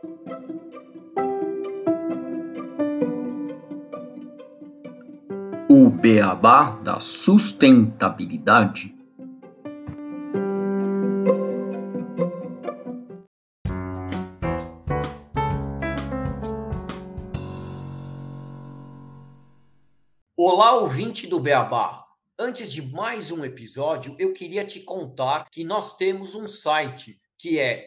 O beabá da sustentabilidade. Olá, ouvinte do Beabá! Antes de mais um episódio, eu queria te contar que nós temos um site que é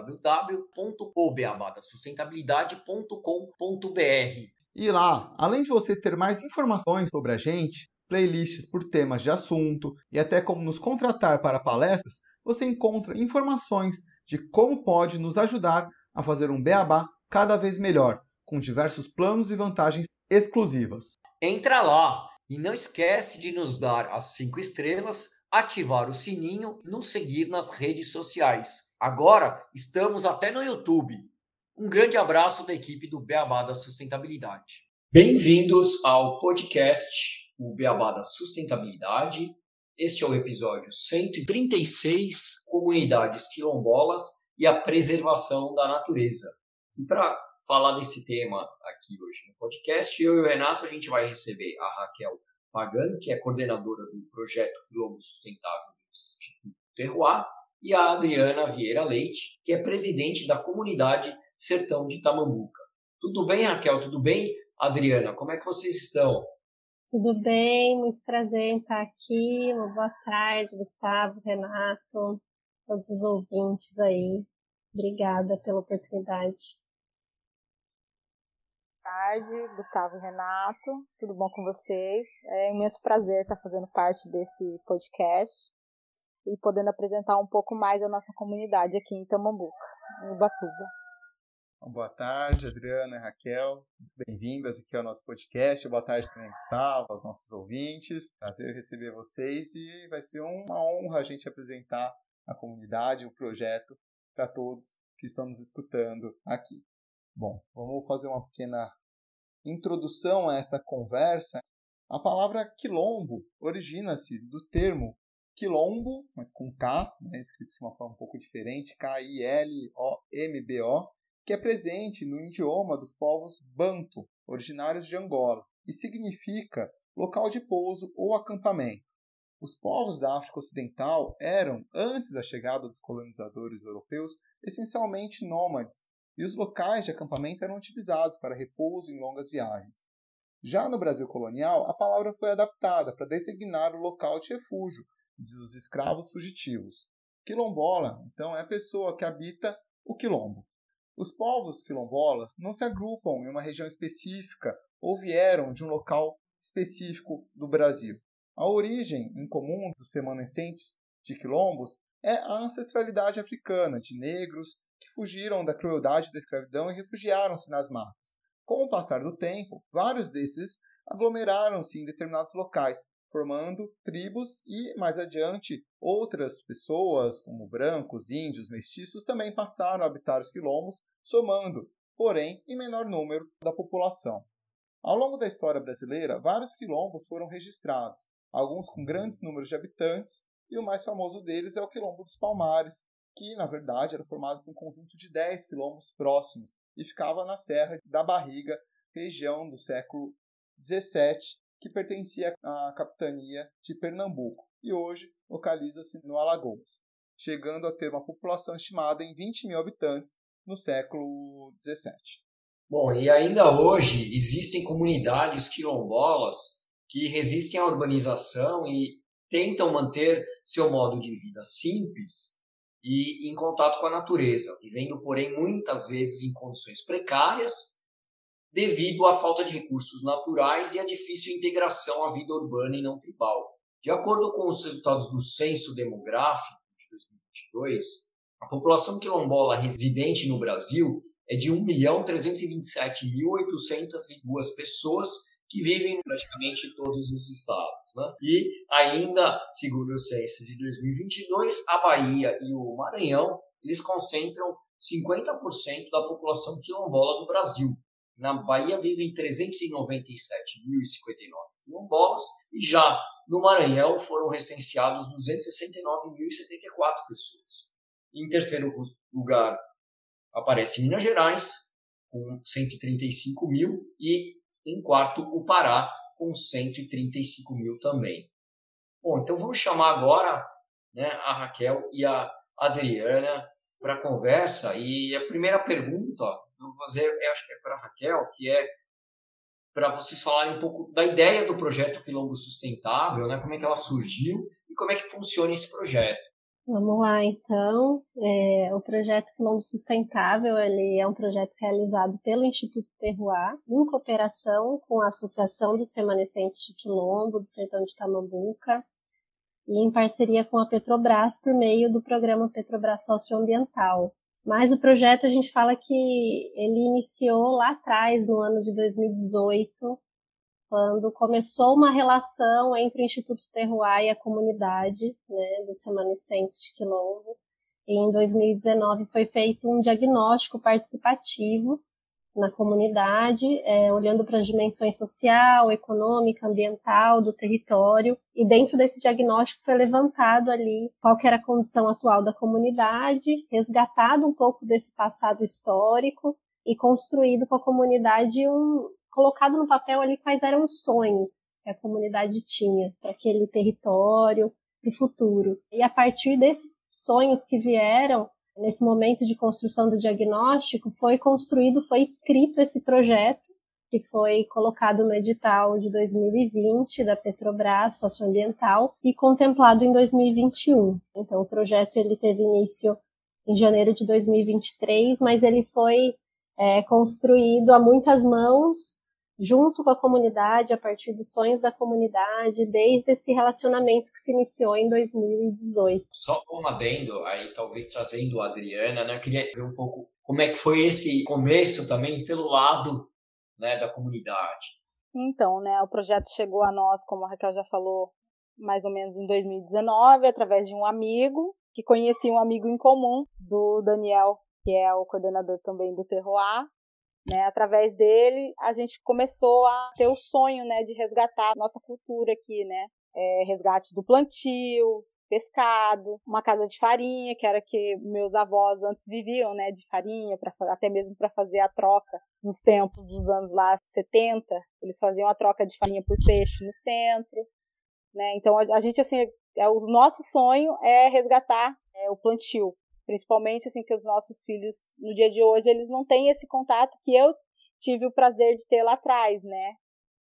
www.obeabadasustentabilidade.com.br. E lá, além de você ter mais informações sobre a gente, playlists por temas de assunto e até como nos contratar para palestras, você encontra informações de como pode nos ajudar a fazer um beabá cada vez melhor, com diversos planos e vantagens exclusivas. Entra lá e não esquece de nos dar as 5 estrelas, ativar o sininho e nos seguir nas redes sociais. Agora estamos até no YouTube. Um grande abraço da equipe do Beabá da Sustentabilidade. Bem-vindos ao podcast O Beabá da Sustentabilidade. Este é o episódio 136, Comunidades Quilombolas e a Preservação da Natureza. E para falar desse tema aqui hoje no podcast, eu e o Renato, a gente vai receber a Raquel Pagani, que é coordenadora do projeto Quilombo Sustentável do Instituto Terroir, e a Adriana Vieira Leite, que é presidente da comunidade Sertão de Tamambuca. Tudo bem, Raquel? Tudo bem? Adriana, como é que vocês estão? Tudo bem, muito prazer em estar aqui. Uma boa tarde, Gustavo, Renato, todos os ouvintes aí. Obrigada pela oportunidade. Boa tarde, Gustavo e Renato. Tudo bom com vocês? É um imenso prazer estar fazendo parte desse podcast e podendo apresentar um pouco mais a nossa comunidade aqui em Tamambuca, em Ubatuba. Boa tarde, Adriana e Raquel. Bem-vindas aqui ao nosso podcast. Boa tarde também, Gustavo, aos nossos ouvintes. Prazer receber vocês e vai ser uma honra a gente apresentar a comunidade, o projeto para todos que estão nos escutando aqui. Bom, vamos fazer uma pequena introdução a essa conversa. A palavra quilombo origina-se do termo quilombo, mas com K, escrito de uma forma um pouco diferente, K-I-L-O-M-B-O, que é presente no idioma dos povos Banto, originários de Angola, e significa local de pouso ou acampamento. Os povos da África Ocidental eram, antes da chegada dos colonizadores europeus, essencialmente nômades, e os locais de acampamento eram utilizados para repouso em longas viagens. Já no Brasil colonial, a palavra foi adaptada para designar o local de refúgio dos escravos fugitivos. Quilombola, então, é a pessoa que habita o quilombo. Os povos quilombolas não se agrupam em uma região específica ou vieram de um local específico do Brasil. A origem em comum dos remanescentes de quilombos é a ancestralidade africana de negros que fugiram da crueldade da escravidão e refugiaram-se nas matas. Com o passar do tempo, vários desses aglomeraram-se em determinados locais, formando tribos e, mais adiante, outras pessoas, como brancos, índios, mestiços, também passaram a habitar os quilombos, somando, porém, em menor número da população. Ao longo da história brasileira, vários quilombos foram registrados, alguns com grandes números de habitantes, e o mais famoso deles é o Quilombo dos Palmares, que, na verdade, era formado por um conjunto de 10 quilombos próximos e ficava na Serra da Barriga, região do século XVII, que pertencia à capitania de Pernambuco e hoje localiza-se no Alagoas, chegando a ter uma população estimada em 20 mil habitantes no século XVII. Bom, e ainda hoje existem comunidades quilombolas que resistem à urbanização e tentam manter seu modo de vida simples e em contato com a natureza, vivendo, porém, muitas vezes em condições precárias devido à falta de recursos naturais e à difícil integração à vida urbana e não tribal. De acordo com os resultados do Censo Demográfico de 2022, a população quilombola residente no Brasil é de 1.327.802 pessoas que vivem em praticamente todos os estados, né? E ainda, segundo o censo de 2022, a Bahia e o Maranhão, eles concentram 50% da população quilombola do Brasil. Na Bahia vivem 397.059 quilombolas e já no Maranhão foram recenseados 269.074 pessoas. Em terceiro lugar, aparece Minas Gerais, com 135 mil, e em quarto o Pará, com 135 mil também. Bom, então vamos chamar agora, né, a Raquel e a Adriana para a conversa. E a primeira pergunta, eu vou fazer, eu acho que é para a Raquel, que é para vocês falarem um pouco da ideia do projeto Quilombo Sustentável, né, como é que ela surgiu e como é que funciona esse projeto. Vamos lá, então. O projeto Quilombo Sustentável, ele é um projeto realizado pelo Instituto Terroir, em cooperação com a Associação dos Remanescentes de Quilombo, do Sertão de Tamambuca, e em parceria com a Petrobras, por meio do programa Petrobras Socioambiental. Mas o projeto, a gente fala que ele iniciou lá atrás, no ano de 2018, quando começou uma relação entre o Instituto Terroir e a comunidade, né, dos remanescentes de Quilombo. E em 2019 foi feito um diagnóstico participativo na comunidade, olhando para as dimensões social, econômica, ambiental do território, e dentro desse diagnóstico foi levantado ali qual que era a condição atual da comunidade, resgatado um pouco desse passado histórico e construído com a comunidade colocado no papel ali quais eram os sonhos que a comunidade tinha para aquele território, para o futuro. E a partir desses sonhos que vieram, nesse momento de construção do diagnóstico, foi escrito esse projeto, que foi colocado no edital de 2020 da Petrobras Socioambiental e contemplado em 2021. Então, o projeto ele teve início em janeiro de 2023, mas ele foi construído a muitas mãos, junto com a comunidade, a partir dos sonhos da comunidade, desde esse relacionamento que se iniciou em 2018. Só um adendo, aí talvez trazendo a Adriana, né? Eu queria ver um pouco como é que foi esse começo também pelo lado, né, da comunidade. Então, né, o projeto chegou a nós, como a Raquel já falou, mais ou menos em 2019, através de um amigo, que conhecia um amigo em comum, do Daniel, que é o coordenador também do Terroir. Né, através dele, a gente começou a ter o sonho, né, de resgatar a nossa cultura aqui, né, resgate do plantio, pescado, uma casa de farinha, que era que meus avós antes viviam, né, de farinha, até mesmo para fazer a troca, nos tempos dos anos lá 70, eles faziam a troca de farinha por peixe no centro, né, então a gente, assim, o nosso sonho é resgatar o plantio. Principalmente, assim, que os nossos filhos, no dia de hoje, eles não têm esse contato que eu tive o prazer de ter lá atrás, né?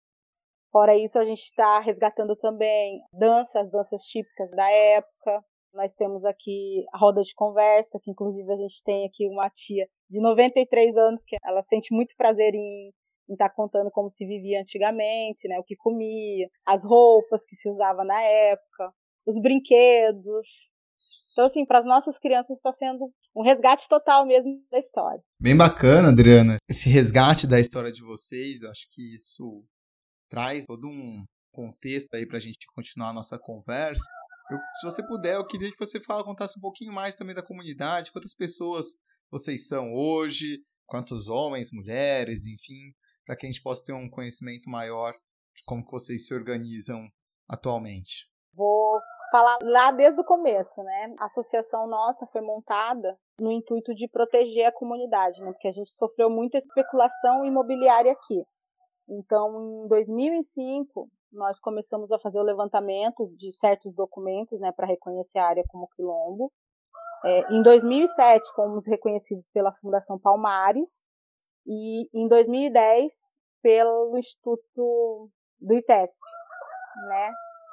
Fora isso, a gente está resgatando também as danças típicas da época. Nós temos aqui a roda de conversa, que inclusive a gente tem aqui uma tia de 93 anos, que ela sente muito prazer em estar contando como se vivia antigamente, né? O que comia, as roupas que se usava na época, os brinquedos. Então, assim, para as nossas crianças está sendo um resgate total mesmo da história. Bem bacana, Adriana, esse resgate da história de vocês. Acho que isso traz todo um contexto aí para a gente continuar a nossa conversa. Se você puder, eu queria que você contasse um pouquinho mais também da comunidade, quantas pessoas vocês são hoje, quantos homens, mulheres, enfim, para que a gente possa ter um conhecimento maior de como que vocês se organizam atualmente. Vou falar lá desde o começo, né? A associação nossa foi montada no intuito de proteger a comunidade, né? Porque a gente sofreu muita especulação imobiliária aqui. Então, em 2005, nós começamos a fazer o levantamento de certos documentos, né, para reconhecer a área como quilombo. Em 2007, fomos reconhecidos pela Fundação Palmares e em 2010 pelo Instituto do ITESP, né?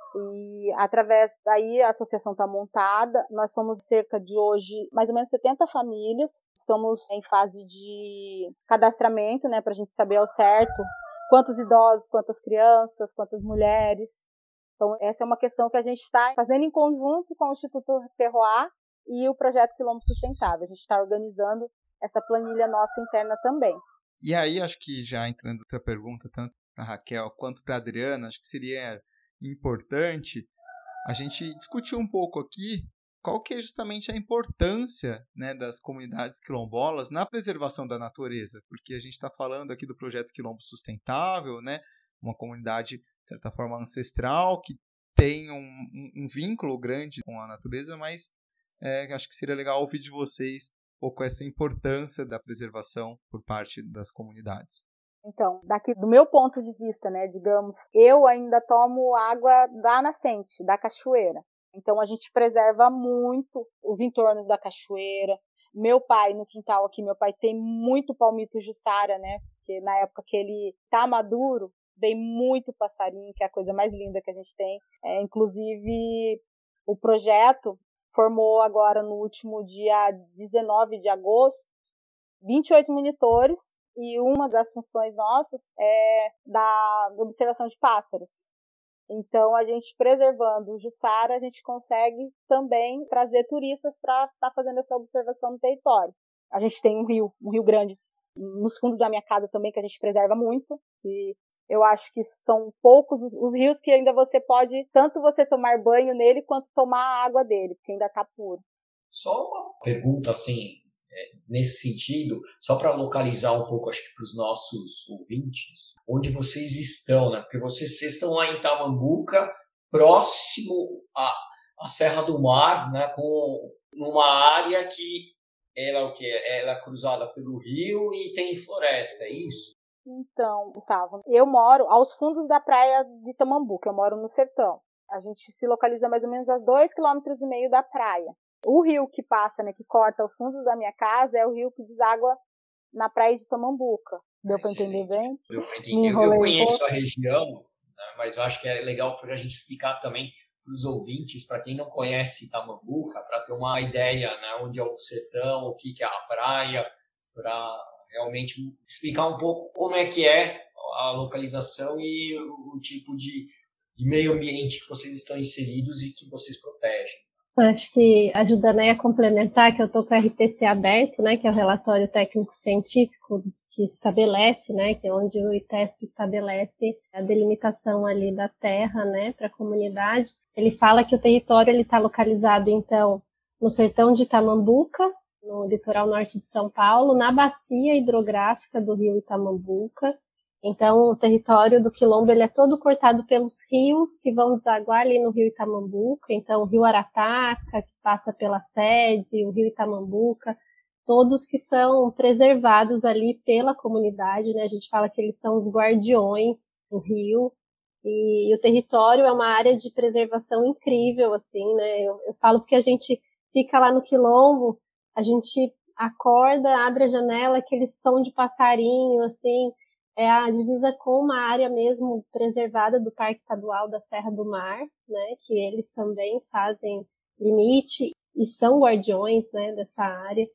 E através daí a associação está montada, nós somos cerca de hoje mais ou menos 70 famílias, estamos em fase de cadastramento, né, para a gente saber ao certo quantos idosos, quantas crianças, quantas mulheres. Então essa é uma questão que a gente está fazendo em conjunto com o Instituto Terroir e o Projeto Quilombo Sustentável. A gente está organizando essa planilha nossa interna também. E aí, acho que já entrando outra pergunta, tanto para a Raquel quanto para a Adriana, acho que seria importante a gente discutir um pouco aqui qual que é justamente a importância, né, das comunidades quilombolas na preservação da natureza, porque a gente está falando aqui do projeto Quilombo Sustentável, né, uma comunidade, de certa forma, ancestral, que tem um vínculo grande com a natureza, mas acho que seria legal ouvir de vocês pouco essa importância da preservação por parte das comunidades. Então, daqui do meu ponto de vista, né, digamos, eu ainda tomo água da nascente, da cachoeira. Então a gente preserva muito os entornos da cachoeira. Meu pai, no quintal aqui, meu pai tem muito palmito jussara, né? Porque na época que ele tá maduro, vem muito passarinho, que é a coisa mais linda que a gente tem. Inclusive, o projeto formou agora no último dia 19 de agosto 28 monitores, e uma das funções nossas é da observação de pássaros. Então, a gente preservando o Jussara, a gente consegue também trazer turistas para estar fazendo essa observação no território. A gente tem um rio grande nos fundos da minha casa também, que a gente preserva muito, que eu acho que são poucos os rios que ainda você pode, tanto você tomar banho nele, quanto tomar a água dele, porque ainda está puro. Só uma pergunta, assim, nesse sentido, só para localizar um pouco, acho que para os nossos ouvintes, onde vocês estão, né? Porque vocês estão lá em Tamambuca, próximo à Serra do Mar, né? Numa área que ela é cruzada pelo rio e tem floresta, é isso? Então, Gustavo, eu moro aos fundos da praia de Tamambuca, eu moro no sertão. A gente se localiza mais ou menos a 2,5 km da praia. O rio que passa, né, que corta os fundos da minha casa, é o rio que deságua na praia de Tamambuca. Deu para entender bem? Deu para entender. Eu conheço a região, né, mas eu acho que é legal para a gente explicar também para os ouvintes, para quem não conhece Tamambuca, para ter uma ideia, né, onde é o sertão, o que é a praia, para realmente explicar um pouco como é que é a localização e o tipo de meio ambiente que vocês estão inseridos e que vocês protegem. Acho que ajudando aí a complementar, que eu estou com o RTC aberto, né, que é o relatório técnico-científico que estabelece, né, que é onde o ITESP estabelece a delimitação ali da terra, né, para a comunidade. Ele fala que o território ele está localizado, então, no sertão de Tamambuca, no litoral norte de São Paulo, na bacia hidrográfica do rio Itamambuca. Então, o território do Quilombo ele é todo cortado pelos rios que vão desaguar ali no rio Itamambuca. Então, o rio Arataca, que passa pela sede, o rio Itamambuca, todos que são preservados ali pela comunidade, né? A gente fala que eles são os guardiões do rio. E o território é uma área de preservação incrível, assim, né? Eu falo porque a gente fica lá no Quilombo, a gente acorda, abre a janela, aquele som de passarinho, assim, é a divisa com uma área mesmo preservada do Parque Estadual da Serra do Mar, né, que eles também fazem limite e são guardiões, né, dessa área.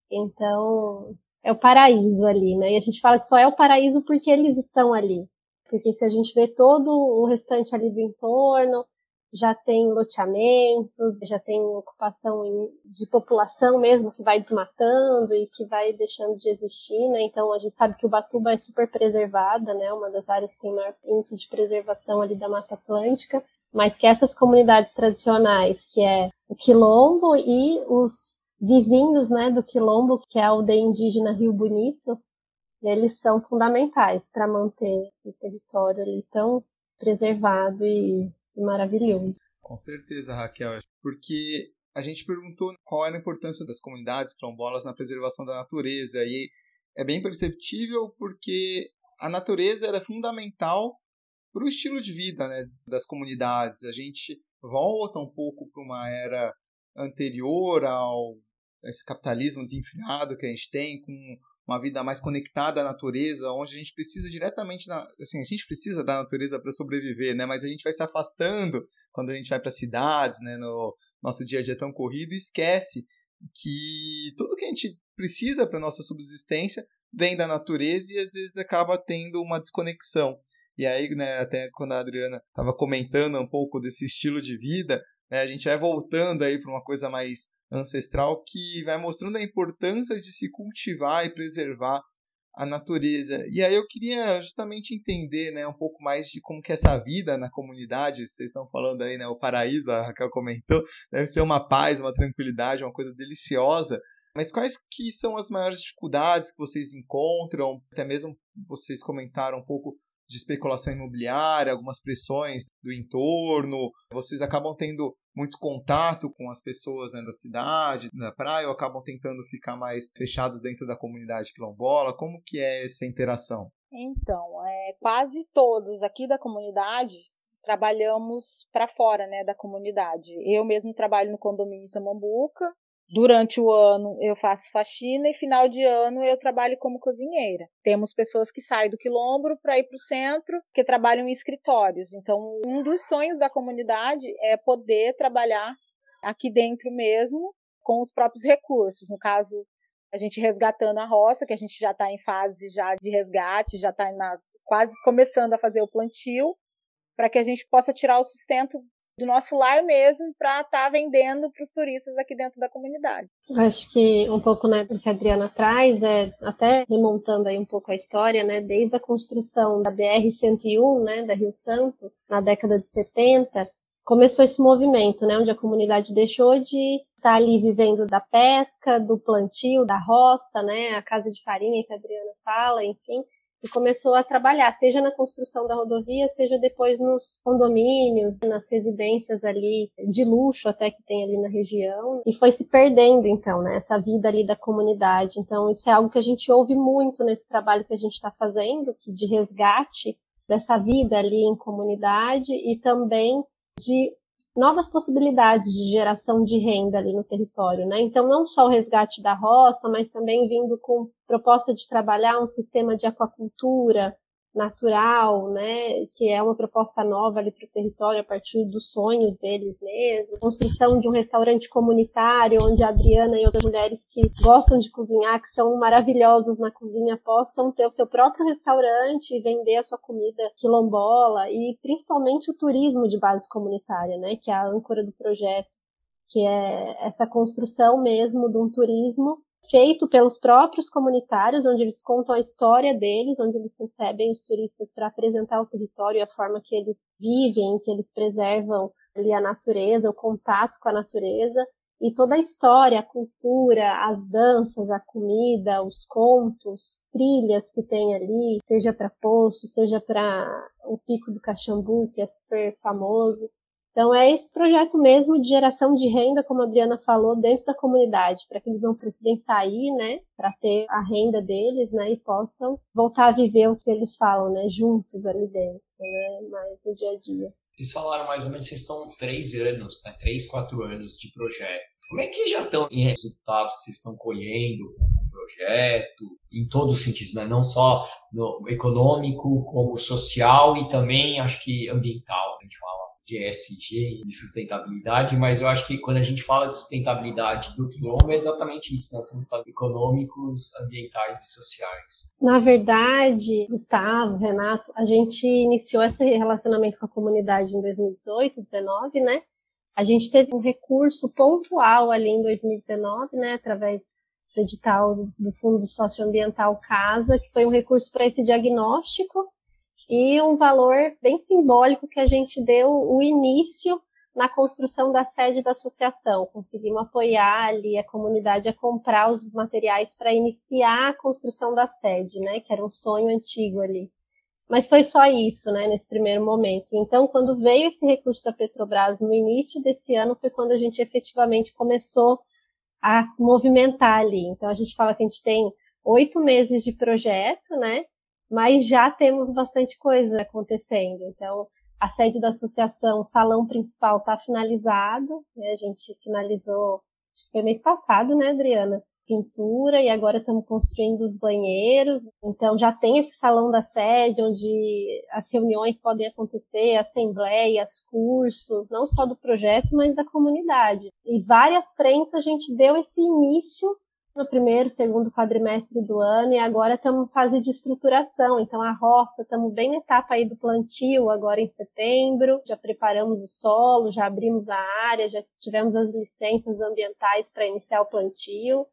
Então, é o paraíso ali, né, e a gente fala que só é o paraíso porque eles estão ali. Porque se a gente vê todo o restante ali do entorno, já tem loteamentos, já tem ocupação de população mesmo que vai desmatando e que vai deixando de existir, né? Então a gente sabe que Ubatuba é super preservada, né? Uma das áreas que tem maior índice de preservação ali da Mata Atlântica, mas que essas comunidades tradicionais, que é o Quilombo e os vizinhos, né, do Quilombo, que é a aldeia indígena Rio Bonito, eles são fundamentais para manter o território ali tão preservado e maravilhoso. Com certeza, Raquel, porque a gente perguntou qual era a importância das comunidades quilombolas na preservação da natureza, e é bem perceptível porque a natureza é fundamental para o estilo de vida, né, das comunidades. A gente volta um pouco para uma era anterior ao esse capitalismo desenfreado que a gente tem, com uma vida mais conectada à natureza, onde a gente precisa diretamente, assim, a gente precisa da natureza para sobreviver, né? Mas a gente vai se afastando quando a gente vai para cidades, né? No nosso dia a dia tão corrido, e esquece que tudo que a gente precisa para nossa subsistência vem da natureza e às vezes acaba tendo uma desconexão. E aí, né, até quando a Adriana estava comentando um pouco desse estilo de vida, né, a gente vai voltando aí para uma coisa mais ancestral que vai mostrando a importância de se cultivar e preservar a natureza. E aí eu queria justamente entender, né, um pouco mais de como que é essa vida na comunidade. Vocês estão falando aí, né, o paraíso, a Raquel comentou, deve ser uma paz, uma tranquilidade, uma coisa deliciosa. Mas quais que são as maiores dificuldades que vocês encontram? Até mesmo vocês comentaram um pouco de especulação imobiliária, algumas pressões do entorno. Vocês acabam tendo muito contato com as pessoas, né, da cidade, da praia, ou acabam tentando ficar mais fechados dentro da comunidade quilombola? Como que é essa interação? Então, quase todos aqui da comunidade trabalhamos para fora, né, da comunidade. Eu mesmo trabalho no condomínio Tamambuca. Durante o ano eu faço faxina e final de ano eu trabalho como cozinheira. Temos pessoas que saem do quilombo para ir para o centro, que trabalham em escritórios. Então, um dos sonhos da comunidade é poder trabalhar aqui dentro mesmo com os próprios recursos. No caso, a gente resgatando a roça, que a gente já está em fase já de resgate, já está quase começando a fazer o plantio, para que a gente possa tirar o sustento do nosso lar mesmo para estar vendendo para os turistas aqui dentro da comunidade. Acho que um pouco, né, do que a Adriana traz, até remontando aí um pouco a história, né, desde a construção da BR-101, né, da Rio Santos, na década de 70, começou esse movimento, né, onde a comunidade deixou de estar ali vivendo da pesca, do plantio, da roça, né, a casa de farinha que a Adriana fala, enfim, e começou a trabalhar, seja na construção da rodovia, seja depois nos condomínios, nas residências ali de luxo até que tem ali na região, e foi se perdendo então, né, essa vida ali da comunidade. Então isso é algo que a gente ouve muito nesse trabalho que a gente está fazendo, de resgate dessa vida ali em comunidade e também de novas possibilidades de geração de renda ali no território, né? Então, não só o resgate da roça, mas também vindo com proposta de trabalhar um sistema de aquacultura natural, né? Que é uma proposta nova ali para o território a partir dos sonhos deles mesmos. Construção de um restaurante comunitário, onde a Adriana e outras mulheres que gostam de cozinhar, que são maravilhosas na cozinha, possam ter o seu próprio restaurante e vender a sua comida quilombola, e principalmente o turismo de base comunitária, né? Que é a âncora do projeto, que é essa construção mesmo de um turismo feito pelos próprios comunitários, onde eles contam a história deles, onde eles recebem os turistas para apresentar o território e a forma que eles vivem, que eles preservam ali a natureza, o contato com a natureza, e toda a história, a cultura, as danças, a comida, os contos, trilhas que tem ali, seja para Poço, seja para o Pico do Caxambu, que é super famoso. Então, é esse projeto mesmo de geração de renda, como a Adriana falou, dentro da comunidade, para que eles não precisem sair, né, para ter a renda deles, né, e possam voltar a viver o que eles falam, né, juntos ali dentro, né, mais no dia a dia. Vocês falaram mais ou menos que vocês estão 3 anos, né, 3, 4 anos de projeto. Como é que já estão em resultados que vocês estão colhendo com o projeto, em todos os sentidos, né, não só no econômico, como social e também, acho que ambiental, a gente fala de ESG, de sustentabilidade, mas eu acho que quando a gente fala de sustentabilidade do quilombo é exatamente isso, né? São resultados econômicos, ambientais e sociais. Na verdade, Gustavo, Renato, a gente iniciou esse relacionamento com a comunidade em 2018, 2019, né? A gente teve um recurso pontual ali em 2019, né? Através do edital do Fundo Socioambiental Casa, que foi um recurso para esse diagnóstico, e um valor bem simbólico que a gente deu o início na construção da sede da associação. Conseguimos apoiar ali a comunidade a comprar os materiais para iniciar a construção da sede, né, que era um sonho antigo ali. Mas foi só isso, né, nesse primeiro momento. Então, quando veio esse recurso da Petrobras no início desse ano, foi quando a gente efetivamente começou a movimentar ali. Então, a gente fala que a gente tem 8 meses de projeto, né, mas já temos bastante coisa acontecendo. Então, a sede da associação, o salão principal está finalizado, né? A gente finalizou, acho que foi mês passado, né, Adriana? Pintura, e agora estamos construindo os banheiros. Então, já tem esse salão da sede, onde as reuniões podem acontecer, assembleias, cursos, não só do projeto, mas da comunidade. E várias frentes a gente deu esse início no primeiro, segundo quadrimestre do ano, e agora estamos em fase de estruturação. Então, a roça, estamos bem na etapa aí do plantio, agora em setembro, já preparamos o solo, já abrimos a área, já tivemos as licenças ambientais para iniciar o plantio.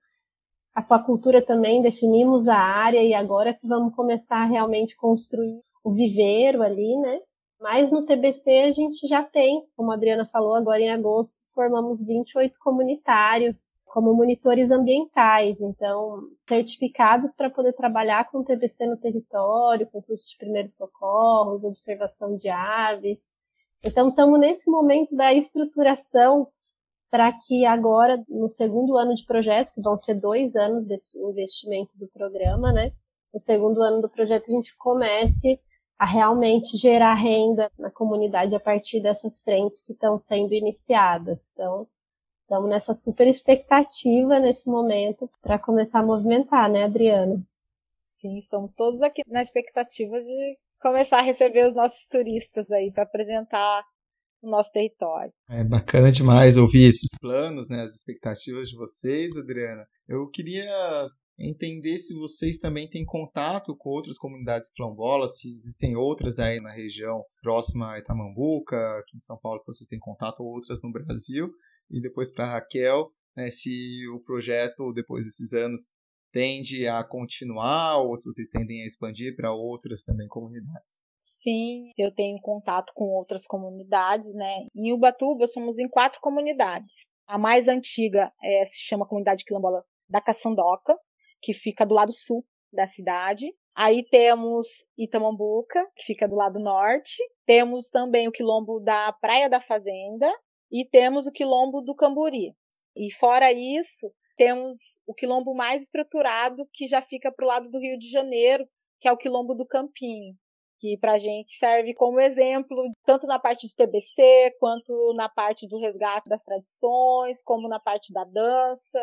A aquacultura também, definimos a área, e agora que vamos começar a realmente construir o viveiro ali, né? Mas no TBC a gente já tem, como a Adriana falou, agora em agosto, formamos 28 comunitários como monitores ambientais, então certificados para poder trabalhar com TBC no território, com curso de primeiros socorros, observação de aves. Então, estamos nesse momento da estruturação para que agora, no segundo ano de projeto, que vão ser 2 anos desse investimento do programa, né? No segundo ano do projeto, a gente comece a realmente gerar renda na comunidade a partir dessas frentes que estão sendo iniciadas. Então, estamos nessa super expectativa nesse momento para começar a movimentar, né, Adriana? Sim, estamos todos aqui na expectativa de começar a receber os nossos turistas aí para apresentar o nosso território. É bacana demais ouvir esses planos, né, as expectativas de vocês, Adriana. Eu queria entender se vocês também têm contato com outras comunidades quilombolas, se existem outras aí na região próxima a Itamambuca, aqui em São Paulo, que vocês têm contato, ou outras no Brasil. E depois para a Raquel, né, se o projeto, depois desses anos, tende a continuar ou se vocês tendem a expandir para outras também comunidades. Sim, eu tenho contato com outras comunidades, né? Em Ubatuba somos em 4 comunidades. A mais antiga se chama Comunidade Quilombola da Caçandoca, que fica do lado sul da cidade. Aí temos Itamambuca, que fica do lado norte. Temos também o quilombo da Praia da Fazenda e temos o quilombo do Camburi. E fora isso, temos o quilombo mais estruturado, que já fica para o lado do Rio de Janeiro, que é o quilombo do Campinho, que para a gente serve como exemplo, tanto na parte de TBC, quanto na parte do resgate das tradições, como na parte da dança.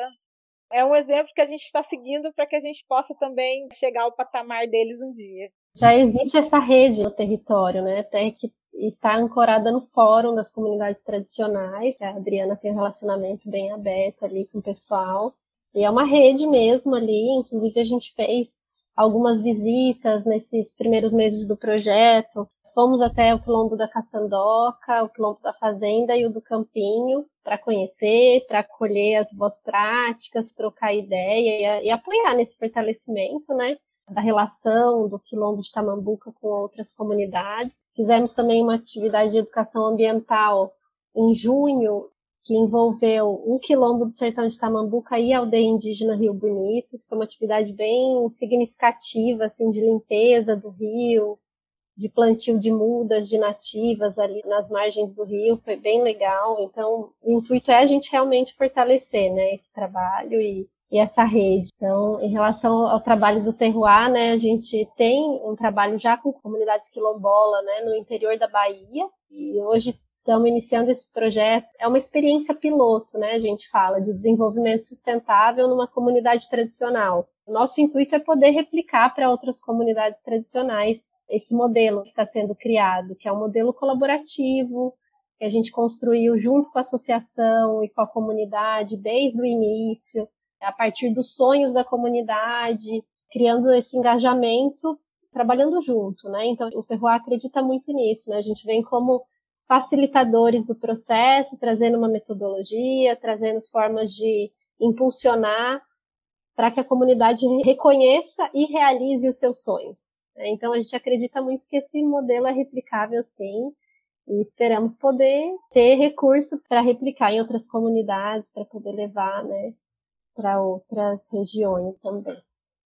É um exemplo que a gente está seguindo para que a gente possa também chegar ao patamar deles um dia. Já existe essa rede no território, né? Até que está ancorada no Fórum das Comunidades Tradicionais, que a Adriana tem um relacionamento bem aberto ali com o pessoal. E é uma rede mesmo ali, inclusive a gente fez algumas visitas nesses primeiros meses do projeto. Fomos até o quilombo da Caçandoca, o quilombo da Fazenda e o do Campinho para conhecer, para colher as boas práticas, trocar ideia e apoiar nesse fortalecimento, né, da relação do quilombo de Tamambuca com outras comunidades. Fizemos também uma atividade de educação ambiental em junho, que envolveu um quilombo do sertão de Tamambuca e a aldeia indígena Rio Bonito, que foi uma atividade bem significativa, assim, de limpeza do rio, de plantio de mudas de nativas ali nas margens do rio, foi bem legal. Então, o intuito é a gente realmente fortalecer, né, esse trabalho e essa rede. Então, em relação ao trabalho do Terroir, né, a gente tem um trabalho já com comunidades quilombolas, né, no interior da Bahia, e hoje estamos iniciando esse projeto. É uma experiência piloto, né? A gente fala de desenvolvimento sustentável numa comunidade tradicional. O nosso intuito é poder replicar para outras comunidades tradicionais esse modelo que está sendo criado, que é um modelo colaborativo, que a gente construiu junto com a associação e com a comunidade desde o início, a partir dos sonhos da comunidade, criando esse engajamento, trabalhando junto, né? Então, o Terroir acredita muito nisso, né? A gente vem como facilitadores do processo, trazendo uma metodologia, trazendo formas de impulsionar para que a comunidade reconheça e realize os seus sonhos. Então, a gente acredita muito que esse modelo é replicável, sim, e esperamos poder ter recurso para replicar em outras comunidades, para poder levar, né, para outras regiões também.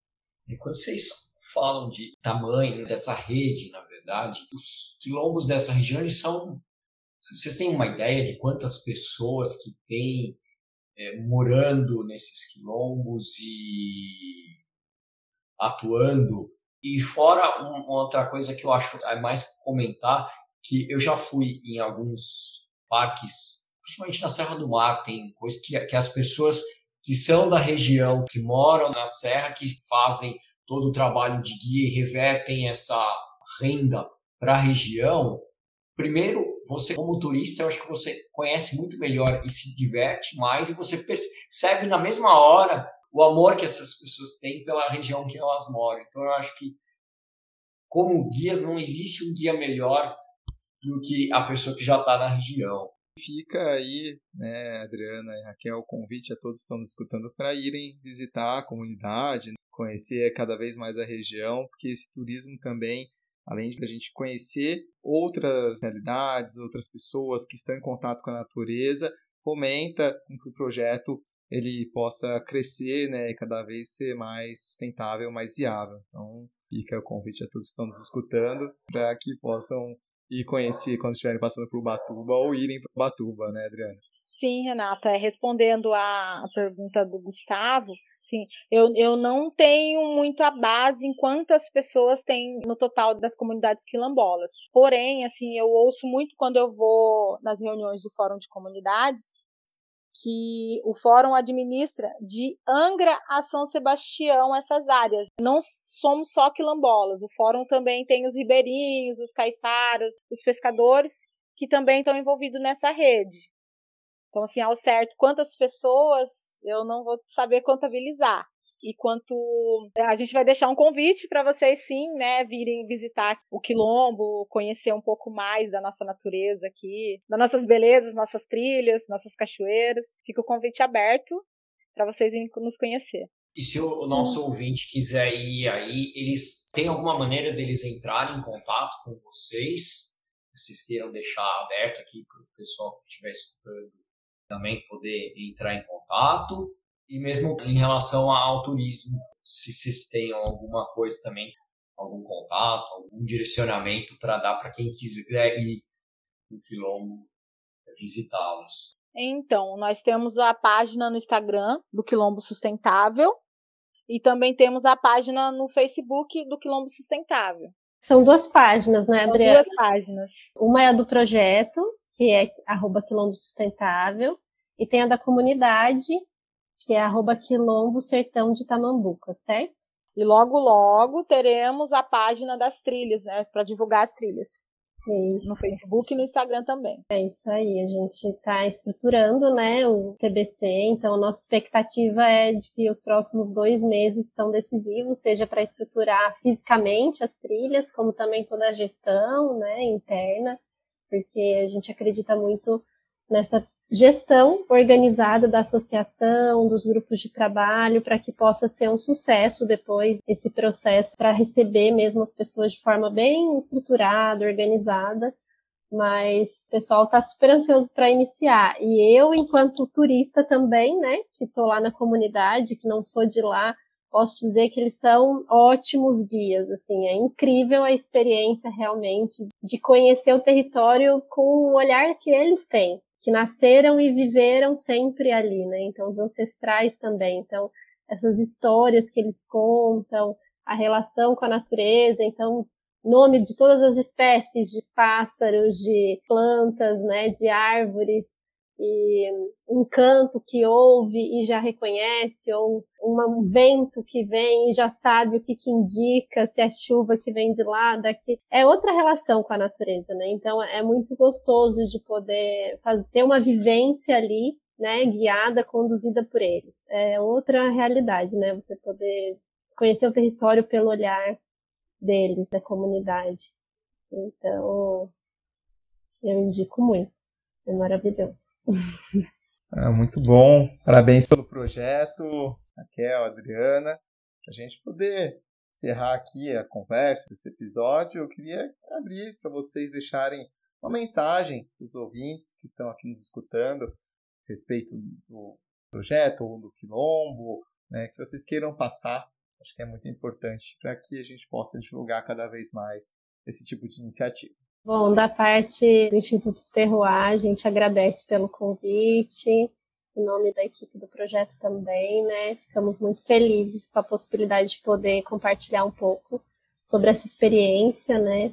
E quando vocês falam de tamanho dessa rede, na verdade, os quilombos dessa região, eles são... Vocês têm uma ideia de quantas pessoas que tem morando nesses quilombos e atuando? E fora uma outra coisa que eu acho mais comentar, que eu já fui em alguns parques, principalmente na Serra do Mar, tem coisa que as pessoas que são da região, que moram na serra, que fazem todo o trabalho de guia e revertem essa renda para a região. Primeiro, você como turista, eu acho que você conhece muito melhor e se diverte mais e você percebe na mesma hora o amor que essas pessoas têm pela região que elas moram. Então, eu acho que como guias, não existe um guia melhor do que a pessoa que já está na região. Fica aí, né, Adriana e Raquel, o convite a todos que estão nos escutando para irem visitar a comunidade, conhecer cada vez mais a região, porque esse turismo também, além de a gente conhecer outras realidades, outras pessoas que estão em contato com a natureza, fomenta com que o projeto ele possa crescer, né, e cada vez ser mais sustentável, mais viável. Então, fica o convite a todos que estão nos escutando para que possam ir conhecer quando estiverem passando por Ubatuba ou irem para Ubatuba, né, Adriana? Sim, Renata, respondendo a pergunta do Gustavo, sim, eu não tenho muito a base em quantas pessoas tem no total das comunidades quilombolas. Porém, assim, eu ouço muito quando eu vou nas reuniões do Fórum de Comunidades que o Fórum administra de Angra a São Sebastião essas áreas. Não somos só quilombolas, o Fórum também tem os ribeirinhos, os caiçaras, os pescadores que também estão envolvidos nessa rede. Então, assim, ao certo, quantas pessoas eu não vou saber contabilizar. E quanto a gente vai deixar um convite para vocês, sim, né, virem visitar o Quilombo, conhecer um pouco mais da nossa natureza aqui, das nossas belezas, nossas trilhas, nossas cachoeiras. Fica o convite aberto para vocês virem nos conhecer. E se o nosso ouvinte quiser ir aí, eles têm alguma maneira deles entrarem em contato com vocês? Vocês queiram deixar aberto aqui para o pessoal que estiver escutando também poder entrar em contato, e mesmo em relação ao turismo, se vocês tenham alguma coisa também, algum contato, algum direcionamento para dar para quem quiser ir no Quilombo visitá-los. Então, nós temos a página no Instagram do Quilombo Sustentável e também temos a página no Facebook do Quilombo Sustentável. São 2 páginas, né, Adriana? São 2 páginas. Uma é a do projeto, que é @Quilombo Sustentável, e tem a da comunidade, que é @Quilombo Sertão de Tamambuca, certo? E logo teremos a página das trilhas, né, para divulgar as trilhas. Isso. No Facebook e no Instagram também. É isso aí, a gente está estruturando, né, o TBC, então nossa expectativa é de que os próximos 2 meses são decisivos, seja para estruturar fisicamente as trilhas, como também toda a gestão, né, interna, porque a gente acredita muito nessa gestão organizada da associação, dos grupos de trabalho, para que possa ser um sucesso depois esse processo, para receber mesmo as pessoas de forma bem estruturada, organizada, mas o pessoal está super ansioso para iniciar. E eu, enquanto turista também, né, que estou lá na comunidade, que não sou de lá, posso dizer que eles são ótimos guias, assim, é incrível a experiência realmente de conhecer o território com o olhar que eles têm, que nasceram e viveram sempre ali, né? Então, os ancestrais também. Então, essas histórias que eles contam, a relação com a natureza, então, nome de todas as espécies de pássaros, de plantas, né, de árvores, e um canto que ouve e já reconhece, ou um vento que vem e já sabe o que indica, se é chuva que vem de lá, daqui. É outra relação com a natureza, né? Então é muito gostoso de poder ter uma vivência ali, né, guiada, conduzida por eles. É outra realidade, né? Você poder conhecer o território pelo olhar deles, da comunidade. Então, eu indico muito. É maravilhoso. Muito bom. Parabéns pelo projeto, Raquel, Adriana. Para a gente poder encerrar aqui a conversa desse episódio, eu queria abrir para vocês deixarem uma mensagem para os ouvintes que estão aqui nos escutando a respeito do projeto ou do Quilombo, né, que vocês queiram passar. Acho que é muito importante para que a gente possa divulgar cada vez mais esse tipo de iniciativa. Bom, da parte do Instituto Terroir, a gente agradece pelo convite, em nome da equipe do projeto também, né? Ficamos muito felizes com a possibilidade de poder compartilhar um pouco sobre essa experiência, né?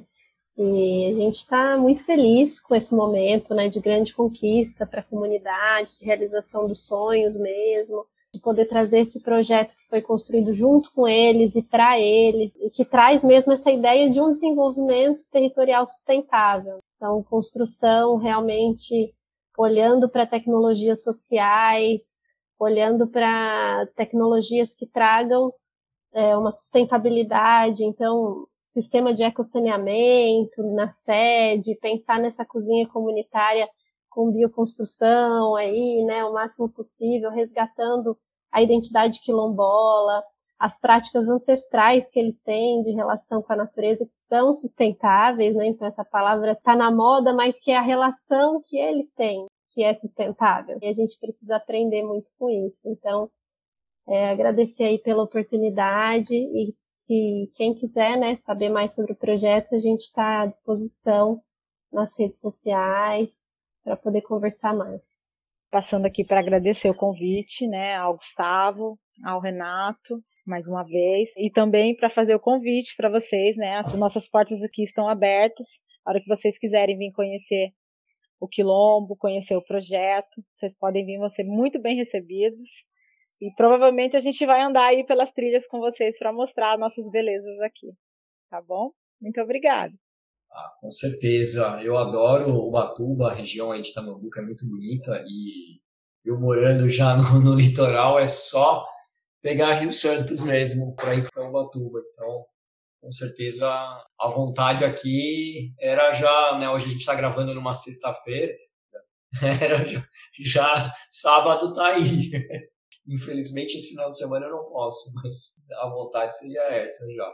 E a gente está muito feliz com esse momento, né, de grande conquista para a comunidade, de realização dos sonhos mesmo, de poder trazer esse projeto que foi construído junto com eles e para eles, e que traz mesmo essa ideia de um desenvolvimento territorial sustentável. Então, construção realmente olhando para tecnologias sociais, olhando para tecnologias que tragam uma sustentabilidade, então, sistema de ecossaneamento na sede, pensar nessa cozinha comunitária com bioconstrução aí, né, o máximo possível, resgatando a identidade quilombola, as práticas ancestrais que eles têm de relação com a natureza, que são sustentáveis, né, então essa palavra está na moda, mas que é a relação que eles têm, que é sustentável, e a gente precisa aprender muito com isso. Então, agradecer aí pela oportunidade, e que quem quiser, né, saber mais sobre o projeto, a gente está à disposição nas redes sociais para poder conversar mais. Passando aqui para agradecer o convite, né, ao Gustavo, ao Renato, mais uma vez, e também para fazer o convite para vocês, né, as nossas portas aqui estão abertas, a hora que vocês quiserem vir conhecer o Quilombo, conhecer o projeto, vocês podem vir, vão ser muito bem recebidos, e provavelmente a gente vai andar aí pelas trilhas com vocês para mostrar nossas belezas aqui, tá bom? Muito obrigada. Com certeza, eu adoro Ubatuba, a região aí de Tamambuca é muito bonita e eu morando já no litoral é só pegar Rio Santos mesmo para ir para Ubatuba, então com certeza a vontade aqui era já, né, hoje a gente está gravando numa sexta-feira, era já sábado tá aí, infelizmente esse final de semana eu não posso, mas a vontade seria essa já.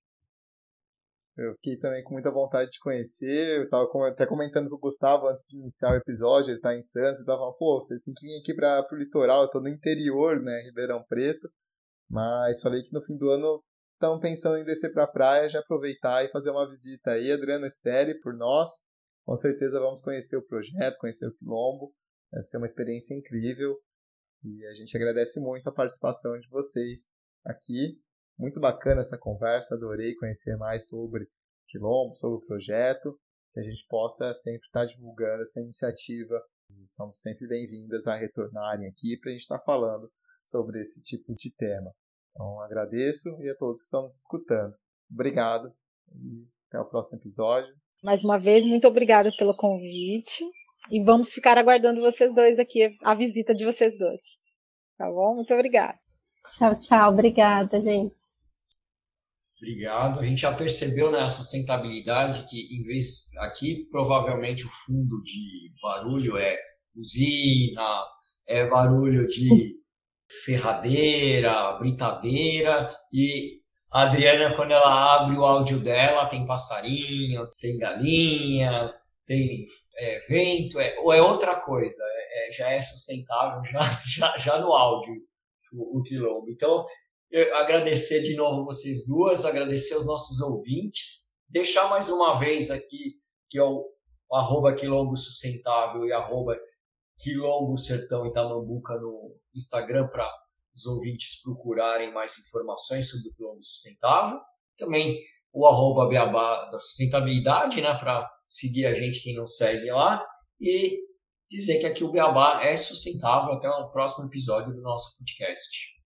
Eu fiquei também com muita vontade de conhecer. Eu estava até comentando com o Gustavo antes de iniciar o episódio. Ele está em Santos. Ele estava falando, pô, vocês têm que vir aqui para o litoral. Eu estou no interior, né, Ribeirão Preto. Mas falei que no fim do ano estamos pensando em descer para a praia, já aproveitar e fazer uma visita aí. Adriano, espere por nós. Com certeza vamos conhecer o projeto, conhecer o Quilombo. Vai ser uma experiência incrível. E a gente agradece muito a participação de vocês aqui. Muito bacana essa conversa, adorei conhecer mais sobre Quilombo, sobre o projeto, que a gente possa sempre estar divulgando essa iniciativa. E são sempre bem-vindas a retornarem aqui para a gente estar falando sobre esse tipo de tema. Então, agradeço e a todos que estão nos escutando. Obrigado e até o próximo episódio. Mais uma vez, muito obrigada pelo convite e vamos ficar aguardando vocês dois aqui, a visita de vocês dois. Tá bom? Muito obrigada. Tchau, tchau. Obrigada, gente. Obrigado. A gente já percebeu, né, a sustentabilidade que, em vez aqui, provavelmente o fundo de barulho é usina, é barulho de serradeira, britadeira, e a Adriana, quando ela abre o áudio dela, tem passarinho, tem galinha, tem vento, ou é outra coisa, já é sustentável já no áudio. O Quilombo. Então, agradecer de novo vocês duas, agradecer aos nossos ouvintes, deixar mais uma vez aqui que é o @Quilombo Sustentável e @Quilombo Sertão Itamambuca no Instagram para os ouvintes procurarem mais informações sobre o Quilombo Sustentável. Também o @Beabá da Sustentabilidade, né, para seguir a gente quem não segue lá e dizer que aqui o Beabá é sustentável. Até o próximo episódio do nosso podcast.